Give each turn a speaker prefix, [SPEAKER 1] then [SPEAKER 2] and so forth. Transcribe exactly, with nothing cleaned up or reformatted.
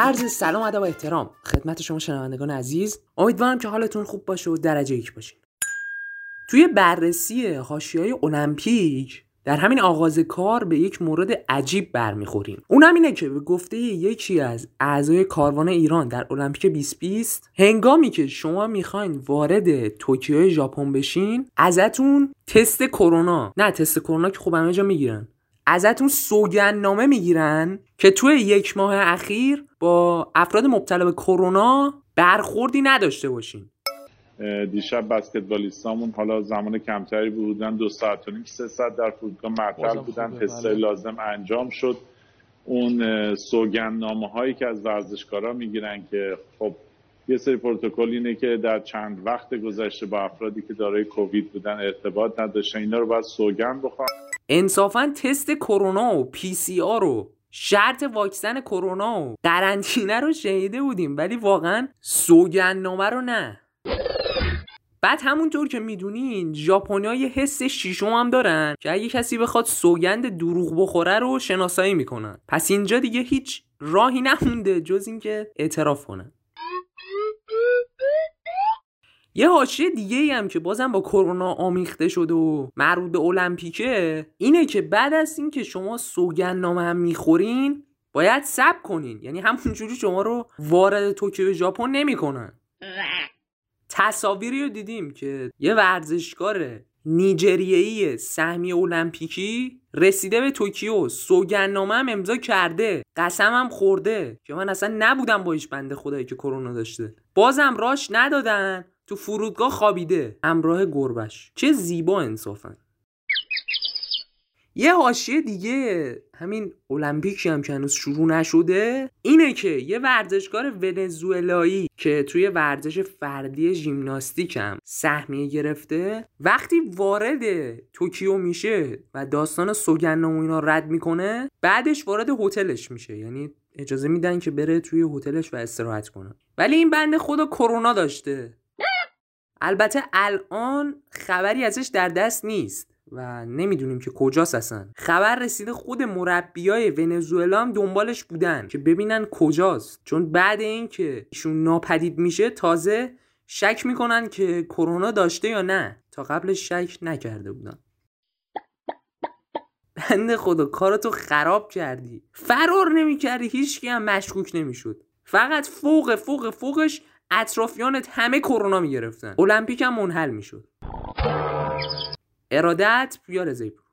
[SPEAKER 1] عرض سلام ادب و احترام خدمت شما شنوندگان عزیز. امیدوارم که حالتون خوب باشه و درجه یک باشین. توی بررسی حاشیه‌های المپیک در همین آغاز کار به یک مورد عجیب برمیخوریم. اونم اینه که به گفته یکی از اعضای کاروان ایران در المپیک بیست بیست، هنگامی که شما میخواین وارد توکیو ژاپن بشین، ازتون تست کرونا، نه تست کرونا که خب همه جا میگیرن، ازتون سوگندنامه میگیرن که توی یک ماه اخیر با افراد مبتلا به کرونا برخوردی نداشته باشین.
[SPEAKER 2] دیشب بسکتبالیستامون حالا زمان کمتری بودن، دو ساعت و نیم سه ساعت در فرودگاه معطل بودن، تستای لازم انجام شد. اون سوگندنامه هایی که از ورزشکارا میگیرن که خب یه سری پروتکل اینه که در چند وقت گذشته با افرادی که دارای کووید بودن ارتباط نداشتن، اینا رو باید سوگند بخورن.
[SPEAKER 1] انصافا تست کرونا و پی سی آر رو، شرط واکسن کرونا و قرنطینه رو شنیده بودیم، ولی واقعا سوگندنامه رو نه. بعد همونطور که میدونین ژاپنی‌ها یه حس شیشم هم دارن که اگه کسی بخواد سوگند دروغ بخوره رو شناسایی میکنن. پس اینجا دیگه هیچ راهی نمونده جز این که اعتراف کنن. یه حاشیه دیگه ای هم که بازم با کرونا آمیخته شده و مربوط به المپیکه اینه که بعد از این که شما سوگندنامه هم میخورین باید صبر کنین، یعنی همونجوری شما رو وارد توکیو ژاپن نمیکنن. تصاویری رو دیدیم که یه ورزشکار نیجریه‌ای سهمیه المپیکی رسیده به توکیو، سوگندنامه هم امضا کرده، قسم هم خورده که من اصلا نبودم با هیچ بنده خدایی که کرونا داشته، بازم راش ندادن، تو فرودگاه خوابیده همراه گربش. چه زیبا انصافا. یه حاشیه دیگه همین المپیکی هم که هنوز شروع نشده اینه که یه ورزشکار ونزوئلایی که توی ورزش فردی ژیمناستیک هم سهمیه گرفته، وقتی وارد توکیو میشه و داستان سوگندنامه اینا رد میکنه، بعدش وارد هتلش میشه، یعنی اجازه میدن که بره توی هتلش و استراحت کنه. ولی این بنده خدا کرونا داشته. البته الان خبری ازش در دست نیست و نمیدونیم که کجاست اصلا. خبر رسیده خود مربیای ونزوئلا هم دنبالش بودن که ببینن کجاست، چون بعد این که ایشون ناپدید میشه تازه شک میکنن که کرونا داشته یا نه، تا قبلش شک نکرده بودن. بنده خدا کارتو خراب کردی، فرار نمیکردی، هیچکی هم مشکوک نمیشد، فقط فوق فوق فوقش اطرافیانت همه کرونا میگرفتن، المپیک هم منحل میشد. ارادت پویا رضایی.